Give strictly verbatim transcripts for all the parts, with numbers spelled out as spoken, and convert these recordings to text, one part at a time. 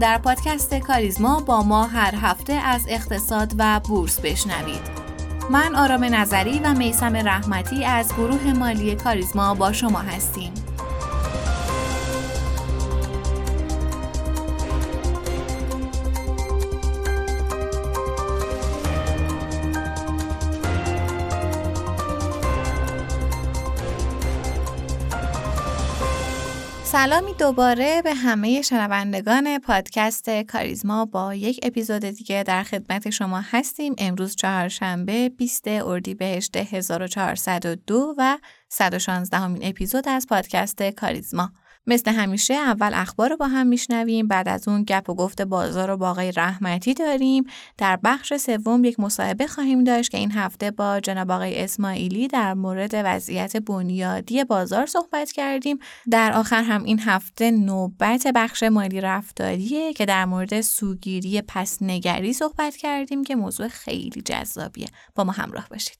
در پادکست کاریزما با ما هر هفته از اقتصاد و بورس بشنوید. من آرام نظری و میثم رحمتی از گروه مالی کاریزما با شما هستیم. سلامی دوباره به همه شنوندگان پادکست کاریزما. با یک اپیزود دیگه در خدمت شما هستیم. امروز چهارشنبه بیستم اردیبهشت هزار و چهارصد و دو و صد و شانزدهمین اپیزود از پادکست کاریزما. مثل همیشه اول اخبار رو با هم میشنویم، بعد از اون گپ و گفت بازار رو با آقای رحمتی داریم. در بخش سوم یک مصاحبه خواهیم داشت که این هفته با جناب آقای اسماعیلی در مورد وضعیت بنیادی بازار صحبت کردیم. در آخر هم این هفته نوبت بخش مالی رفتاریه که در مورد سوگیری پس‌نگری صحبت کردیم که موضوع خیلی جذابیه. با ما همراه باشید.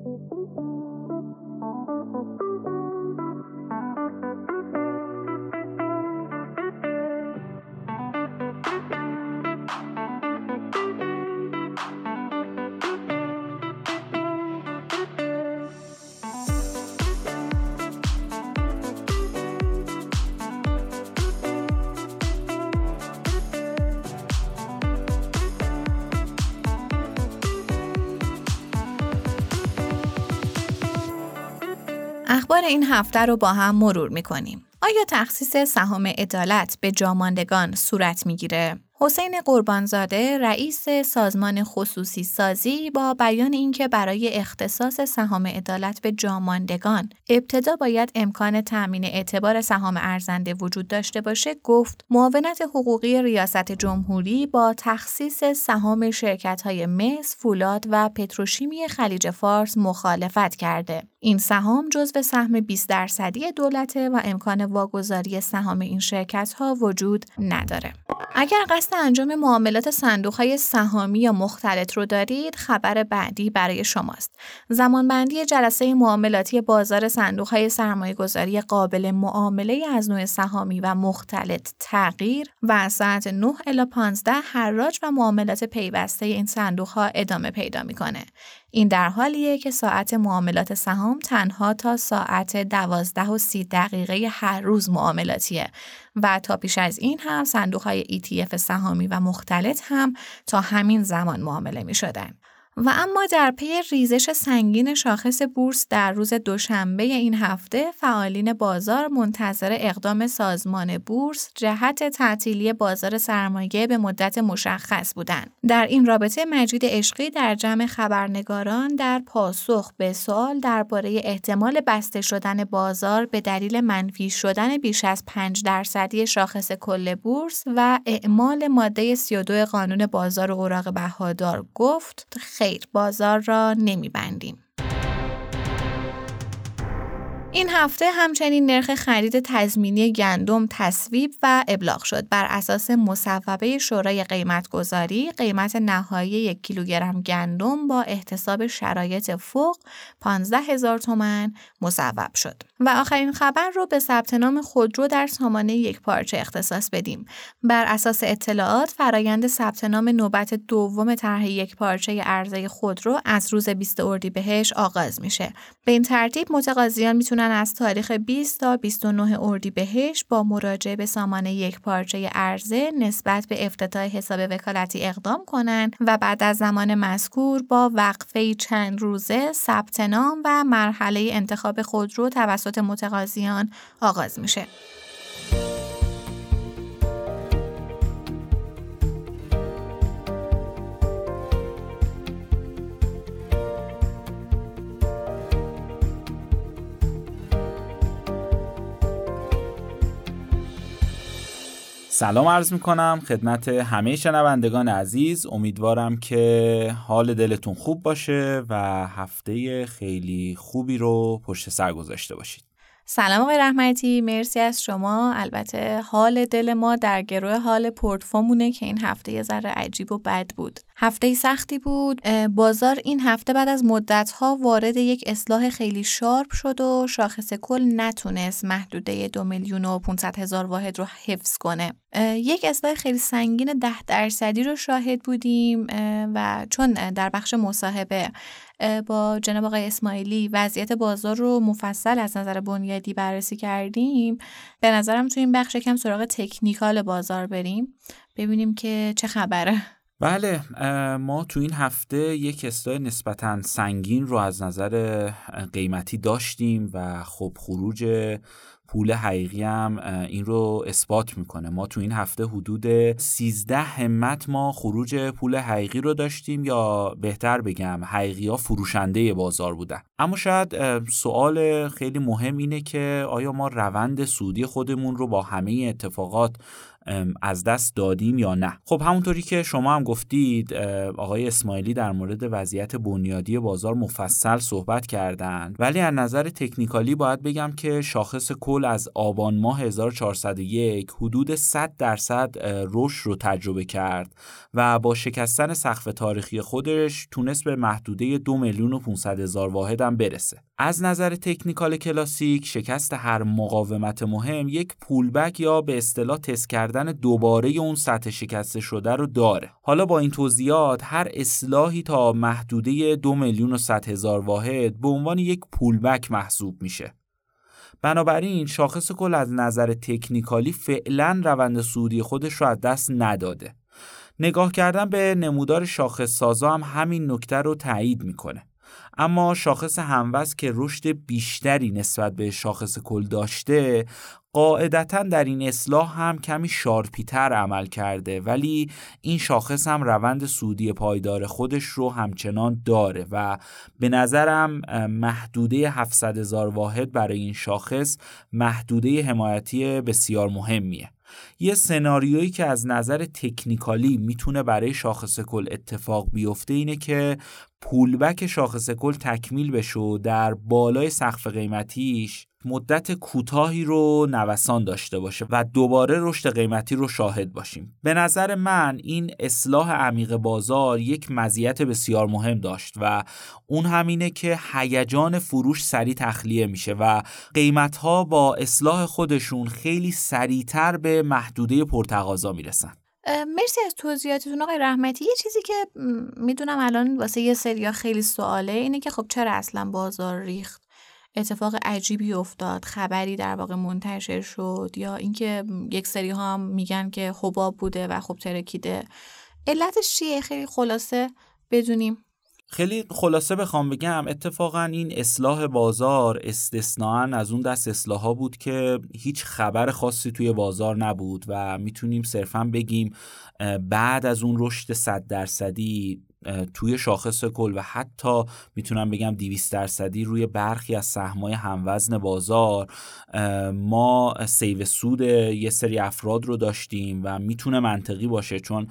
اخبار این هفته رو با هم مرور می‌کنیم. آیا تخصیص سهام عدالت به جاماندگان صورت می‌گیره؟ حسین قربانزاده رئیس سازمان خصوصی سازی با بیان اینکه برای اختصاص سهام عدالت به جاماندگان ابتدا باید امکان تأمین اعتبار سهام ارزنده وجود داشته باشه، گفت معاونت حقوقی ریاست جمهوری با تخصیص سهام شرکت‌های مس، فولاد و پتروشیمی خلیج فارس مخالفت کرده. این سهام جزو سهم بیست درصدی دولته و امکان واگذاری سهام این شرکت‌ها وجود نداره. اگر قصد انجام معاملات صندوق‌های سهامی یا مختلط رو دارید، خبر بعدی برای شماست. زمانبندی جلسه معاملاتی بازار صندوق‌های سرمایه‌گذاری قابل معامله از نوع سهامی و مختلط تغییر و از ساعت نه الی پانزده حراج و معاملات پیوسته این صندوق‌ها ادامه پیدا می‌کنه. این در حالیه که ساعت معاملات سهام تنها تا ساعت دوازده و سی دقیقه هر روز معاملاتیه و تا پیش از این هم صندوق‌های ای تی اف سهامی و مختلط هم تا همین زمان معامله می شدن. و اما در پی ریزش سنگین شاخص بورس در روز دوشنبه این هفته، فعالین بازار منتظر اقدام سازمان بورس جهت تعطیلی بازار سرمایه به مدت مشخص بودند. در این رابطه مجید عشقی در جمع خبرنگاران در پاسخ به سوال درباره احتمال بسته شدن بازار به دلیل منفی شدن بیش از پنج درصدی شاخص کل بورس و اعمال ماده سی و دو قانون بازار اوراق بهادار گفت: خیر، بازار را نمی‌بندیم. این هفته همچنین نرخ خرید تضمینی گندم تصویب و ابلاغ شد. بر اساس مصوبه شورای قیمتگذاری، قیمت نهایی یک کیلوگرم گندم با احتساب شرایط فوق پانزده هزار تومان مصوب شد. و آخرین خبر رو به ثبت نام خودرو در سامانه یک پارچه اختصاص بدیم. بر اساس اطلاعات، فرایند ثبت نام نوبت دوم طرح یک پارچه عرضه خودرو از روز بیست اردیبهشت آغاز میشه. به این ترتیب متقاضیان میتونن از تاریخ بیست تا بیست و نه اردیبهشت با مراجعه به سامانه یک پارچه عرضه نسبت به افتتاح حساب وکالتی اقدام کنند و بعد از زمان مذکور با وقفه چند روزه ثبت نام و مرحله انتخاب خودرو توسط متقاضیان آغاز میشه. سلام عرض میکنم خدمت همه شنوندگان عزیز. امیدوارم که حال دلتون خوب باشه و هفته خیلی خوبی رو پشت سر گذاشته باشید. سلام آقای رحمتی، مرسی از شما. البته حال دل ما در گروه حال پورتفومونه که این هفته یه ذره عجیب و بد بود. هفته سختی بود. بازار این هفته بعد از مدت‌ها وارد یک اصلاح خیلی شارپ شد و شاخص کل نتونست محدوده دو میلیون و پانصد هزار واحد رو حفظ کنه. یک اصلاح خیلی سنگین ده درصدی رو شاهد بودیم و چون در بخش مصاحبه با جناب آقای اسماعیلی وضعیت بازار رو مفصل از نظر بنیادی بررسی کردیم، به نظرم تو این بخش کم سراغ تکنیکال بازار بریم ببینیم که چه خبره. بله، ما تو این هفته یک اصلاح نسبتاً سنگین رو از نظر قیمتی داشتیم و خب خروج پول حقیقی هم این رو اثبات میکنه. ما تو این هفته حدود سیزده همت ما خروج پول حقیقی رو داشتیم، یا بهتر بگم حقیقی ها فروشنده بازار بودن. اما شاید سوال خیلی مهم اینه که آیا ما روند سودی خودمون رو با همه اتفاقات از دست دادیم یا نه؟ خب همونطوری که شما هم گفتید، آقای اسماعیلی در مورد وضعیت بنیادی بازار مفصل صحبت کردن، ولی از نظر تکنیکالی باید بگم که شاخص کل از آبان ماه هزار و چهارصد و یک حدود صد درصد رشد رو تجربه کرد و با شکستن سقف تاریخی خودش تونست به محدوده دو میلیون و پانصد هزار واحد هم برسه. از نظر تکنیکال کلاسیک، شکست هر مقاومت مهم یک پولبک یا به اصطلاح تست کردن دوباره اون سطح شکسته شده رو داره. حالا با این توضیحات، هر اصلاحی تا محدوده دو میلیون و صد هزار واحد به عنوان یک پولبک محسوب میشه. بنابراین شاخص کل از نظر تکنیکالی فعلا روند صعودی خودش رو از دست نداده. نگاه کردن به نمودار شاخص سازا هم همین نکته رو تایید میکنه. اما شاخص هموز که رشد بیشتری نسبت به شاخص کل داشته، قاعدتاً در این اصلاح هم کمی شارپی‌تر عمل کرده، ولی این شاخص هم روند صعودی پایدار خودش رو همچنان داره و به نظرم محدوده هفتصد هزار واحد برای این شاخص محدوده حمایتی بسیار مهمیه. یه سناریویی که از نظر تکنیکالی میتونه برای شاخص کل اتفاق بیفته اینه که پولبک شاخص کل تکمیل بشه و در بالای سقف قیمتیش مدت کوتاهی رو نوسان داشته باشه و دوباره رشد قیمتی رو شاهد باشیم. به نظر من این اصلاح عمیق بازار یک مزیت بسیار مهم داشت و اون همینه که هیجان فروش سریع تخلیه میشه و قیمت‌ها با اصلاح خودشون خیلی سریعتر به محدوده پرتقاضا میرسن. مرسی از توضیحاتتون آقای رحمتی. یه چیزی که میدونم الان واسه یه سریا خیلی سواله اینه که خب چرا اصلا بازار ریخت؟ اتفاق عجیبی افتاد، خبری در واقع منتشر شد، یا اینکه یک سری ها هم میگن که حباب بوده و خب ترکیده. علتش چیه؟ خیلی خلاصه بدونیم. خیلی خلاصه بخوام بگم، اتفاقا این اصلاح بازار استثناءً از اون دست اصلاحا بود که هیچ خبر خاصی توی بازار نبود و میتونیم صرفاً بگیم بعد از اون رشد صد درصدی توی شاخص کل و حتی میتونم بگم دویست درصدی روی برخی از سهم‌های هموزن بازار، ما سیو سود یه سری افراد رو داشتیم و میتونه منطقی باشه، چون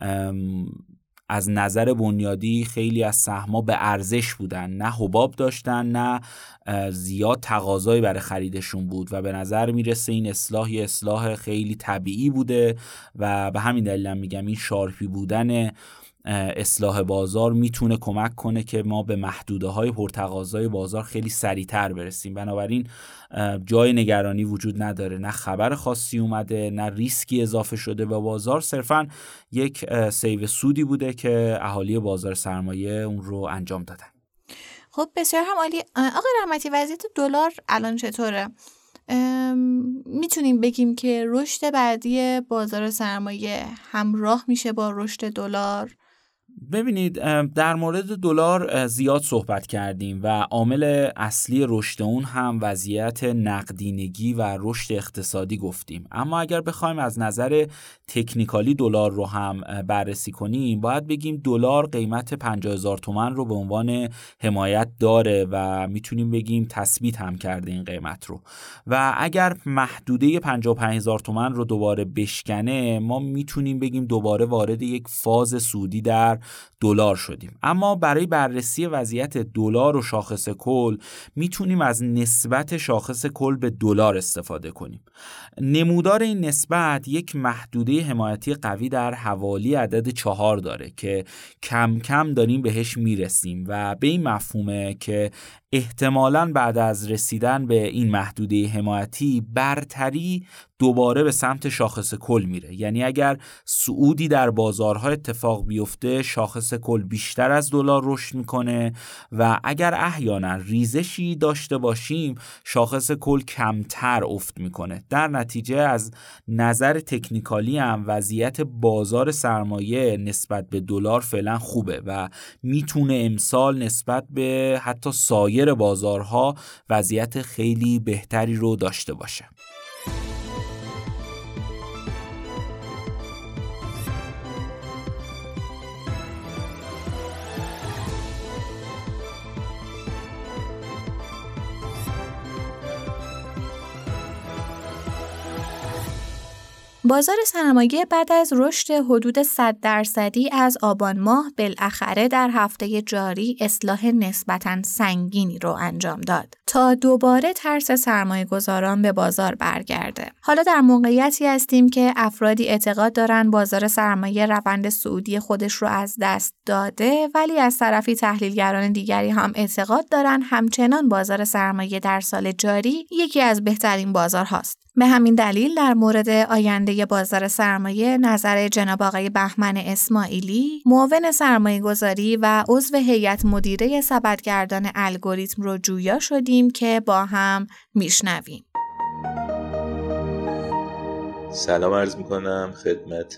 از نظر بنیادی خیلی از سهم‌ها به ارزش بودن، نه حباب داشتن نه زیاد تقاضایی برای خریدشون بود و به نظر میرسه این اصلاح یه اصلاح خیلی طبیعی بوده و به همین دلیل میگم این شارپی بودن اصلاح بازار میتونه کمک کنه که ما به محدوده های پرتقاضای بازار خیلی سریعتر برسیم. بنابراین جای نگرانی وجود نداره، نه خبر خاصی اومده نه ریسکی اضافه شده به بازار، صرفا یک سیو سودی بوده که اهالی بازار سرمایه اون رو انجام دادن. خب بسیار هم عالی. آقای رحمتی، وضعیت دلار الان چطوره؟ میتونیم بگیم که رشد بعدی بازار سرمایه همراه میشه با رشد دلار؟ ببینید، در مورد دلار زیاد صحبت کردیم و عامل اصلی رشد اون هم وضعیت نقدینگی و رشد اقتصادی گفتیم. اما اگر بخوایم از نظر تکنیکالی دلار رو هم بررسی کنیم، باید بگیم دلار قیمت پنجاه هزار تومان رو به عنوان حمایت داره و میتونیم بگیم تثبیت هم کرده این قیمت رو و اگر محدوده پنجاه و پنج هزار تومان رو دوباره بشکنه، ما میتونیم بگیم دوباره وارد یک فاز سودی در دلار شدیم. اما برای بررسی وضعیت دلار و شاخص کل میتونیم از نسبت شاخص کل به دلار استفاده کنیم. نمودار این نسبت یک محدوده حمایتی قوی در حوالی عدد چهار داره که کم کم داریم بهش میرسیم و به این مفهومه که احتمالاً بعد از رسیدن به این محدوده حمایتی برتری دوباره به سمت شاخص کل میره. یعنی اگر صعودی در بازارها اتفاق بیفته شاخص کل بیشتر از دلار رشد میکنه و اگر احیانا ریزشی داشته باشیم شاخص کل کمتر افت میکنه. در نتیجه از نظر تکنیکالی هم وضعیت بازار سرمایه نسبت به دلار فعلا خوبه و میتونه امسال نسبت به حتی سایر بازارها وضعیت خیلی بهتری رو داشته باشه. بازار سرمایه بعد از رشد حدود صد درصدی از آبان ماه بالاخره در هفته جاری اصلاح نسبتاً سنگینی رو انجام داد تا دوباره ترس سرمایه گذاران به بازار برگرده. حالا در موقعیتی هستیم که افرادی اعتقاد دارن بازار سرمایه روند صعودی خودش رو از دست داده، ولی از طرفی تحلیلگران دیگری هم اعتقاد دارن همچنان بازار سرمایه در سال جاری یکی از بهترین بازارهاست. به همین دلیل در مورد آینده بازار سرمایه نظر جناب آقای بهمن اسماعیلی، معاون سرمایه گذاری و عضو هیئت مدیره سبدگردان الگوریتم رو جویا شدیم که با هم میشنویم. سلام عرض میکنم خدمت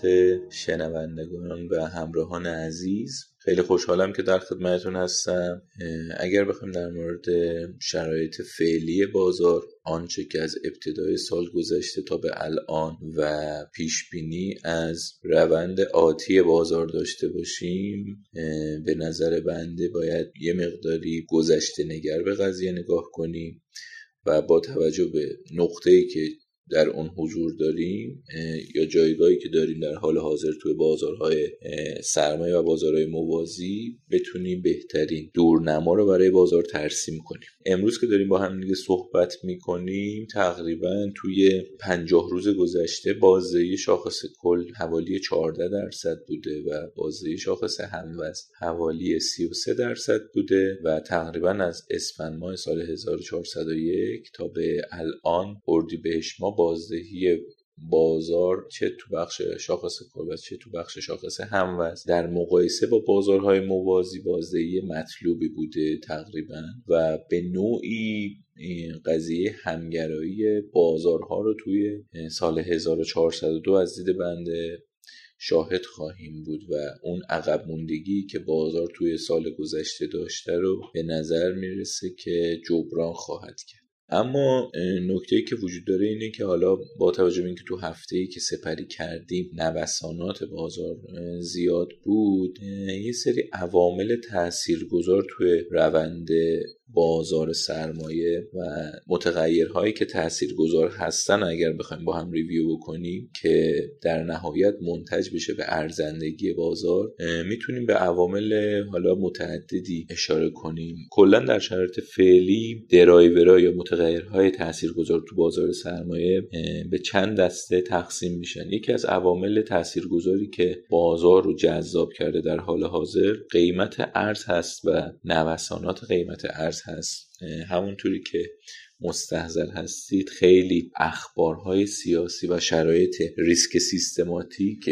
شنوندگان و همراهان عزیز. خیلی خوشحالم که در خدمتتون هستم. اگر بخوایم در مورد شرایط فعلی بازار، آنچه که از ابتدای سال گذشته تا به الان و پیش بینی از روند آتی بازار داشته باشیم، به نظر بنده باید یه مقداری گذشته نگر به قضیه نگاه کنیم و با توجه به نقطه‌ای که در اون حضور داریم یا جایگاهی که داریم در حال حاضر توی بازارهای سرمایه و بازارهای موازی بتونیم بهترین دورنما رو برای بازار ترسیم کنیم. امروز که داریم با هم دیگه صحبت میکنیم تقریبا توی پنجاه روز گذشته بازدهی شاخص کل حوالی چهارده درصد بوده و بازدهی شاخص هموزن حوالی سی و سه درصد بوده و تقریبا از اسفند ماه سال هزار و چهارصد و یک تا به الان اردیبهشت ماه بازدهی بازار چه تو بخش شاخص کل و چه تو بخش شاخص هموزن در مقایسه با بازارهای موازی بازدهی مطلوبی بوده تقریبا و به نوعی قضیه همگرایی بازارها رو توی سال هزار و چهارصد و دو از دید بنده شاهد خواهیم بود و اون عقب موندگی که بازار توی سال گذشته داشته رو به نظر میرسه که جبران خواهد کرد. اما نکته‌ای که وجود داره اینه که حالا با توجه به اینکه تو هفته‌ای که سپری کردیم نوسانات بازار زیاد بود، یه سری عوامل تاثیرگذار توی روند بازار سرمایه و متغیرهایی که تاثیرگذار هستن اگر بخوایم با هم ریویو بکنیم که در نهایت منتج بشه به ارزندگی بازار، میتونیم به عوامل حالا متعددی اشاره کنیم. کلا در شرایط فعلی درایورها یا متغیرهای تاثیرگذار تو بازار سرمایه به چند دسته تقسیم میشن. یکی از عوامل تاثیرگذاری که بازار رو جذاب کرده در حال حاضر قیمت ارز هست و نوسانات قیمت ارز هست. همونطوری که مستحضر هستید خیلی اخبارهای سیاسی و شرایط ریسک سیستماتیک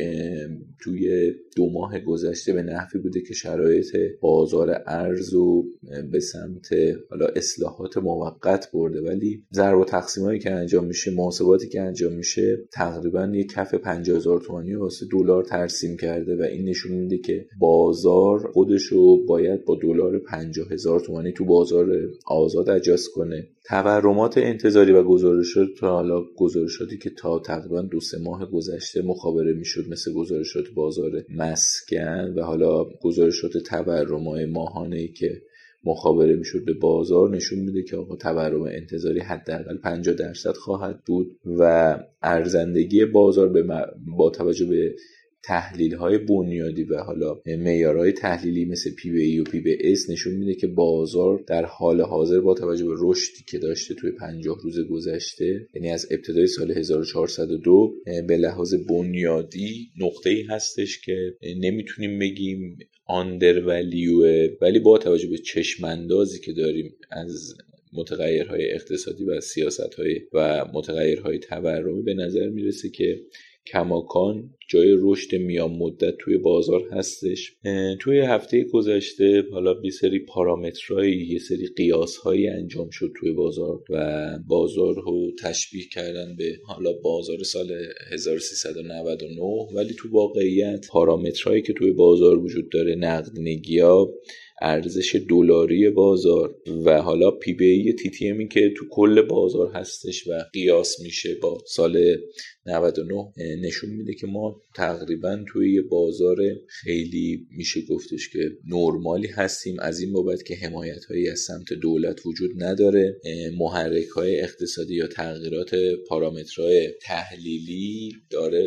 توی دو ماه گذشته به نحوی بوده که شرایط بازار ارز رو به سمت حالا اصلاحات موقت برده، ولی ضرب و تقسیمایی که انجام میشه، محاسباتی که انجام میشه تقریبا یک کف پنجاه هزار تومانی واسه دلار ترسیم کرده و این نشون میده که بازار خودش رو باید با دلار پنجاه هزار تومانی تو بازار آزاد اجاز کنه. تورمات انتظاری و گزارشات تا حالا گزارشاتی که تا تقریبا دو سه ماه گذشته مخابره میشد مثل گزارشات بازار مسکن و حالا گزارشات تورم‌های ماهانه‌ای که مخابره میشد به بازار نشون میده که آقا تورم انتظاری حداقل پنجاه درصد خواهد بود و ارزندگی بازار به با توجه به تحلیل‌های بنیادی و حالا معیارهای تحلیلی مثل پی بی ای و پی بی اس نشون میده که بازار در حال حاضر با توجه به رشدی که داشته توی پنجاه روز گذشته، یعنی از ابتدای سال هزار و چهارصد و دو، به لحاظ بنیادی نقطه‌ای هستش که نمیتونیم بگیم آندر ولیوه، ولی با توجه به چشماندازی که داریم از متغیرهای اقتصادی و سیاست‌های و متغیرهای تورمی به نظر میرسه که کماکان جای رشد میان مدت توی بازار هستش. توی هفته گذشته حالا یه سری پارامترهایی، یه سری قیاس‌هایی انجام شد توی بازار و بازار رو تشبیه کردن به حالا بازار سال هزار و سیصد و نود و نه، ولی تو واقعیت پارامترهایی که توی بازار وجود داره، نقدینگی‌ها، ارزش دلاری بازار و حالا پی بی ای تی تی امی که تو کل بازار هستش و قیاس میشه با سال نود و نه، نشون میده که ما تقریبا توی یه بازار خیلی میشه گفتش که نرمالی هستیم. از این بابت که حمایت هایی از سمت دولت وجود نداره، محرک های اقتصادی یا تغییرات پارامترهای تحلیلی داره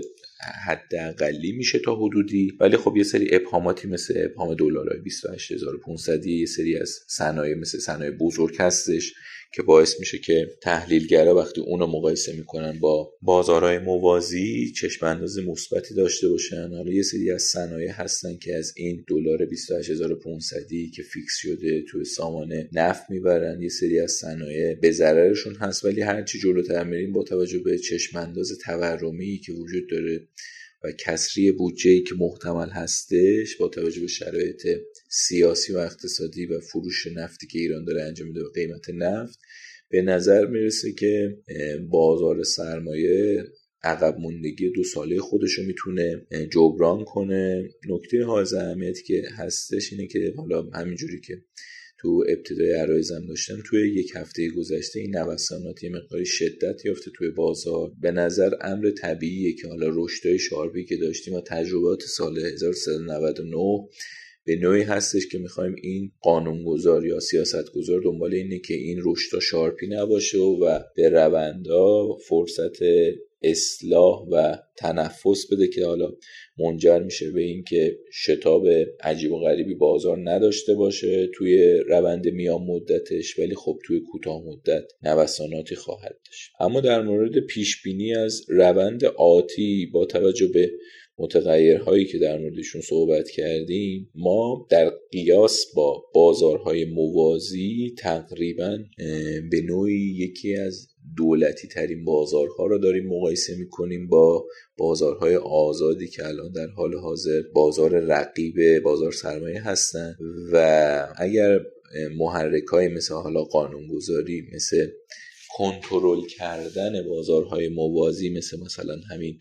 حداقلی میشه تا حدودی، ولی خب یه سری ابهاماتی مثل ابهام دلارای بیست و هشت هزار و پانصد، یه سری از صنایع مثل صنایع بزرگ هستش که باعث میشه که تحلیلگرا وقتی اونو مقایسه میکنن با بازارهای موازی چشم انداز مثبتی داشته باشن. حالا یه سری از صنایع هستن که از این دلار بیست و هشت هزار و پانصد که فیکس شده توی سامان نفت میبرن، یه سری از صنایع به ضررشون هست، ولی هرچی جلوتر میریم با توجه به چشم انداز تورمی که وجود داره و کسری بودجه‌ای که محتمل هستش با توجه به شرایط سیاسی و اقتصادی و فروش نفتی که ایران داره انجام میده و قیمت نفت، به نظر میرسه که بازار سرمایه عقب موندگی دو ساله خودش رو میتونه جبران کنه. نکته حائز اهمیتی که هستش اینه که حالا همینجوری که تو ابتدای عرایزم داشتم، توی یک هفته گذشته این نوسانات یه مقداری شدت یافته توی بازار. به نظر امر طبیعیه که حالا رشدهای شارپی که داشتیم و تجربات سال هزار و سیصد و نود و نه به نوعی هستش که میخوایم این قانونگذار یا سیاستگذار دنبال اینه که این رشدها شارپی نباشه و به روندا فرصت اصلاح و تنفس بده که حالا منجر میشه به این که شتاب عجیب و غریبی بازار نداشته باشه توی روند میان مدتش، ولی خب توی کوتاه مدت نوساناتی خواهد داشت. اما در مورد پیش بینی از روند آتی با توجه به متغیرهایی که در موردشون صحبت کردیم، ما در قیاس با بازارهای موازی تقریبا به نوعی یکی از دولتی ترین بازارها رو داریم مقایسه میکنیم با بازارهای آزادی که الان در حال حاضر بازار رقیب بازار سرمایه هستن و اگر محرک‌های مثل حالا قانونگذاری، مثل کنترل کردن بازارهای موازی، مثل مثلا همین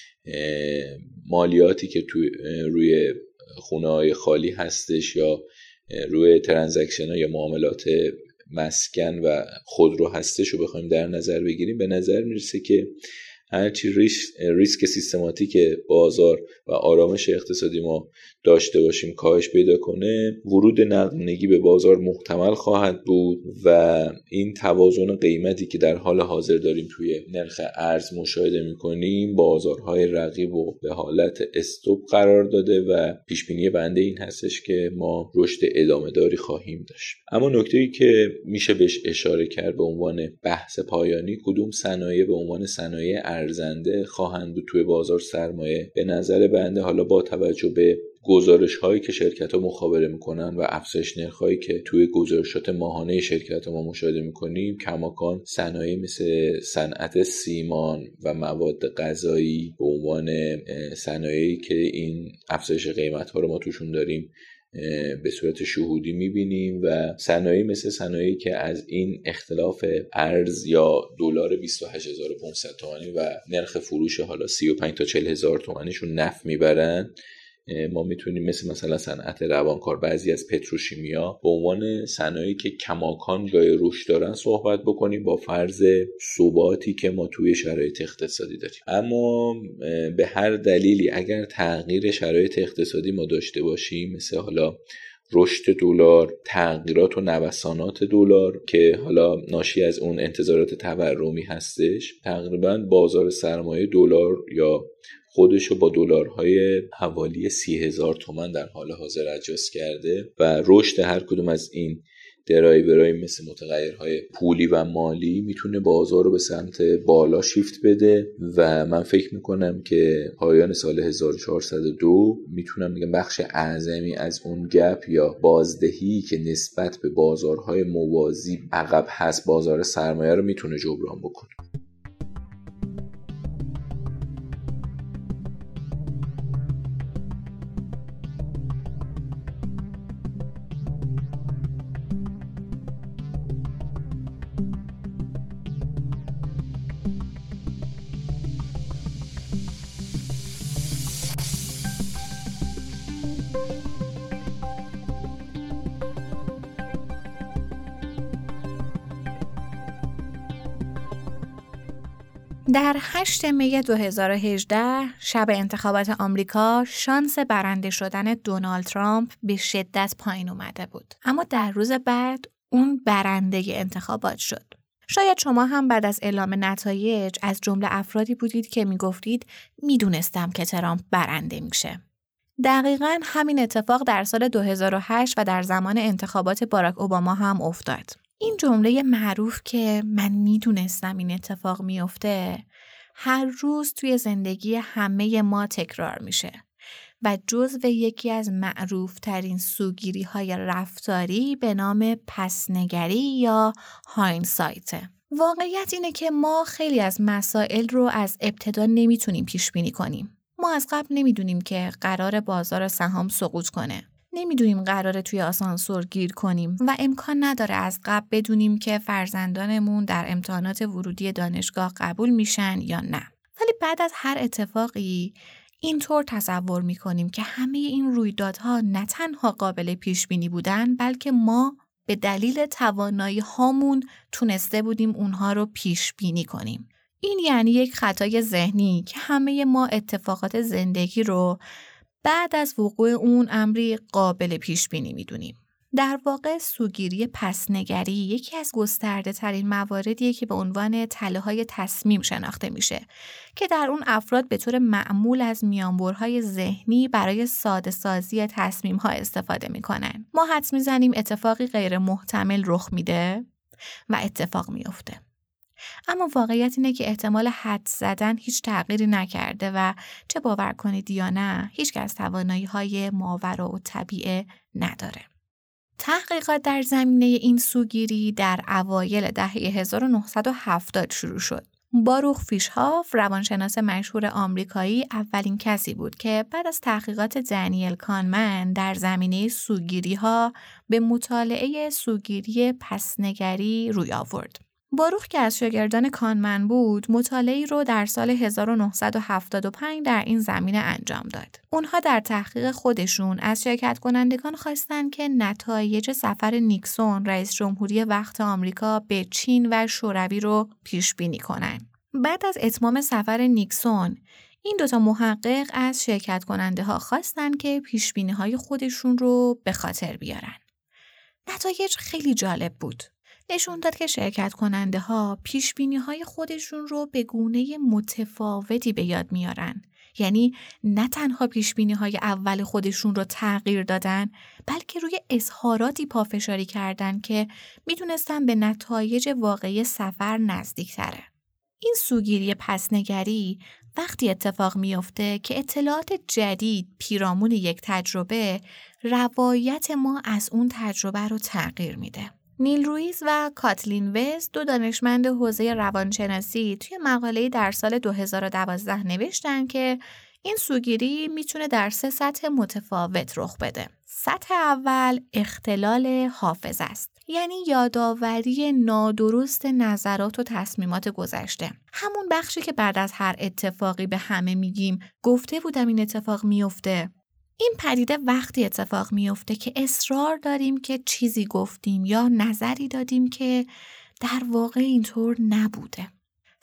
مالیاتی که توی روی خونه‌های خالی هستش یا روی ترانزکشن ها یا معاملات مسکن و خودرو هستش رو بخوایم در نظر بگیریم، به نظر میرسه که هرچی ریسک سیستماتیک بازار و آرامش اقتصادی ما داشته باشیم کاهش پیدا کنه، ورود نقدینگی به بازار محتمل خواهد بود و این توازن قیمتی که در حال حاضر داریم توی نرخ ارز مشاهده می‌کنیم بازارهای رقیب رو به حالت استوب قرار داده و پیشبینی بنده این هستش که ما رشد ادامه داری خواهیم داشت. اما نکته‌ای که میشه بهش اشاره کرد به عنوان بحث پایانی، کدوم صنایع به عنوان صنایع ارزنده خواهند بود توی بازار سرمایه، به نظر بنده حالا با توجه به گزارش هایی که شرکت ها مخابره میکنن و افزایش نرخ هایی که توی گزارشات ماهانه شرکت ها ما مشاهده میکنیم، کماکان صنایع مثل صنعت سیمان و مواد غذایی به عنوان صنایعی که این افزایش قیمت ها رو ما توشون داریم به صورت شهودی میبینیم و صنایعی مثل صنایعی که از این اختلاف ارز یا دلار بیست و هشت هزار و پانصد تومانی و نرخ فروش حالا سی و پنج تا چهل هزار تومانیشون نفت میبرن، ما میتونیم مثل مثلا صنعت روانکار، بعضی از پتروشیمیا به عنوان صنایعی که کماکان جای رشد دارن صحبت بکنیم با فرض ثباتی که ما توی شرایط اقتصادی داریم. اما به هر دلیلی اگر تغییر شرایط اقتصادی ما داشته باشیم، مثل حالا رشد دلار، تغییرات و نوسانات دلار که حالا ناشی از اون انتظارات تورمی هستش، تقریبا بازار سرمایه دلار یا خودشو با دلارهای حوالی سی هزار تومان در حال حاضر اجاز کرده و رشد هر کدوم از این درایورهای مثل متغیرهای پولی و مالی میتونه بازار رو به سمت بالا شیفت بده و من فکر میکنم که پایان سال هزار و چهارصد و دو میتونم بگم بخش اعظمی از اون گپ یا بازدهی که نسبت به بازارهای موازی عقب هست بازار سرمایه رو میتونه جبران بکنه. در هشتم می دو هزار و هجده شب انتخابات آمریکا شانس برنده شدن دونالد ترامپ به شدت پایین اومده بود. اما در روز بعد اون برنده انتخابات شد. شاید شما هم بعد از اعلام نتایج از جمله افرادی بودید که میگفتید میدونستم که ترامپ برنده میشه. دقیقاً همین اتفاق در سال دو هزار و هشت و در زمان انتخابات باراک اوباما هم افتاد. این جمله معروف که من میدونستم این اتفاق میفته هر روز توی زندگی همه ما تکرار میشه و جزو یکی از معروف ترین سوگیری های رفتاری به نام پسنگری یا هایندسایت. واقعیت اینه که ما خیلی از مسائل رو از ابتدا نمیتونیم پیش بینی کنیم. ما از قبل نمیدونیم که قرار بازار سهام سقوط کنه. نمیدونیم قراره توی آسانسور گیر کنیم و امکان نداره از قبل بدونیم که فرزندانمون در امتحانات ورودی دانشگاه قبول میشن یا نه. ولی بعد از هر اتفاقی اینطور تصور میکنیم که همه این رویدادها نه تنها قابل پیش بینی بودن بلکه ما به دلیل توانایی هامون تونسته بودیم اونها رو پیش بینی کنیم. این یعنی یک خطای ذهنی که همه ما اتفاقات زندگی رو بعد از وقوع اون امری قابل پیش بینی میدونیم. در واقع سوگیری پسنگری یکی از گسترده ترین مواردیه که به عنوان تله‌های تصمیم شناخته میشه که در اون افراد به طور معمول از میانبرهای ذهنی برای ساده سازی تصمیم‌ها استفاده میکنن. ما حدس میزنیم اتفاقی غیر محتمل رخ میده و اتفاق میفته. اما واقعیت اینه که احتمال حدس زدن هیچ تغییری نکرده و چه باور کنید یا نه هیچ کس توانایی‌های ماورا و طبیعه نداره. تحقیقات در زمینه این سوگیری در اوایل دهه هزار و نهصد و هفتاد شروع شد. باروخ فیشهاف روانشناس مشهور آمریکایی اولین کسی بود که بعد از تحقیقات دانیل کانمن در زمینه سوگیری‌ها به مطالعه سوگیری پسنگری روی آورد. باروخ که از شاگردان کانمن بود، مطالعه‌ای رو در سال هزار و نهصد و هفتاد و پنج در این زمینه انجام داد. اونها در تحقیق خودشون از شرکت کنندگان خواستن که نتایج سفر نیکسون رئیس جمهوری وقت آمریکا به چین و شوروی رو پیش بینی کنن. بعد از اتمام سفر نیکسون، این دوتا محقق از شرکت کننده ها خواستن که پیش بینی های خودشون رو به خاطر بیارن. نتایج خیلی جالب بود. نشون داد که شرکت کننده ها پیش بینی های خودشون رو به گونه متفاوتی به یاد میارن. یعنی نه تنها پیش بینی های اول خودشون رو تغییر دادن، بلکه روی اظهاراتی پافشاری کردن که میدونستن به نتایج واقعی سفر نزدیک تره. این سوگیری پسنگری وقتی اتفاق میفته که اطلاعات جدید پیرامون یک تجربه روایت ما از اون تجربه رو تغییر میده. نیل رویز و کاتلین وز دو دانشمند حوزه روانشناسی توی مقاله‌ای در سال دو هزار و دوازده نوشتن که این سوگیری میتونه در سه سطح متفاوت رخ بده. سطح اول اختلال حافظه است. یعنی یادآوری نادرست نظرات و تصمیمات گذشته. همون بخشی که بعد از هر اتفاقی به همه میگیم گفته بودم این اتفاق میفته. این پدیده وقتی اتفاق میفته که اصرار داریم که چیزی گفتیم یا نظری دادیم که در واقع اینطور نبوده.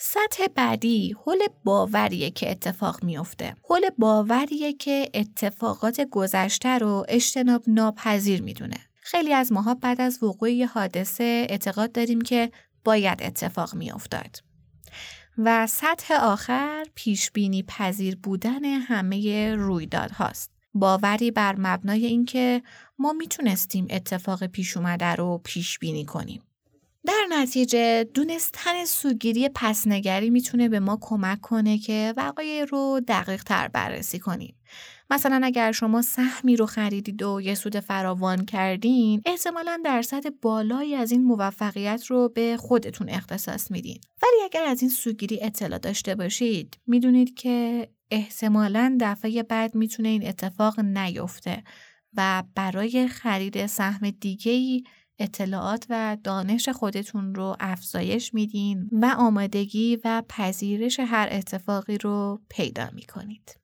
سطح بعدی حول باوریه که اتفاق میفته. حول باوریه که اتفاقات گذشته رو اجتناب ناپذیر میدونه. خیلی از ماها بعد از وقوع یه حادثه اعتقاد داریم که باید اتفاق میافتاد. و سطح آخر پیش بینی پذیر بودن همه رویدادهاست. باوری بر مبنای اینکه ما میتونستیم اتفاق پیش اومده رو پیش بینی کنیم. در نتیجه دونستن سوگیری پسنگری میتونه به ما کمک کنه که وقایع رو دقیق تر بررسی کنیم. مثلا اگر شما سهمی رو خریدید و یه سود فراوان کردین، احتمالاً درصد بالایی از این موفقیت رو به خودتون اختصاص میدین. ولی اگر از این سوگیری اطلاع داشته باشید، میدونید که احتمالاً دفعه بعد میتونه این اتفاق نیفته و برای خرید سهم دیگه‌ای اطلاعات و دانش خودتون رو افزایش میدین و آمادگی و پذیرش هر اتفاقی رو پیدا میکنید.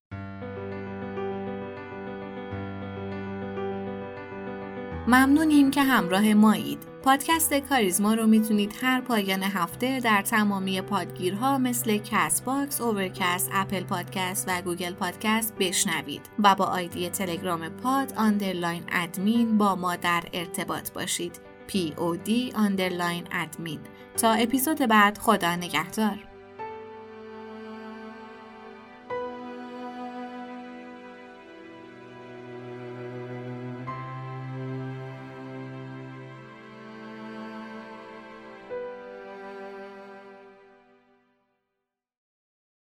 ممنونیم که همراه مایید. پادکست کاریزما رو میتونید هر پایان هفته در تمامی پادگیرها مثل کست باکس، اوورکست، اپل پادکست و گوگل پادکست بشنوید و با آیدی تلگرام پاد آندرلاین ادمین با ما در ارتباط باشید. پی او دی آندرلاین ادمین. تا اپیزود بعد، خدا نگهدار.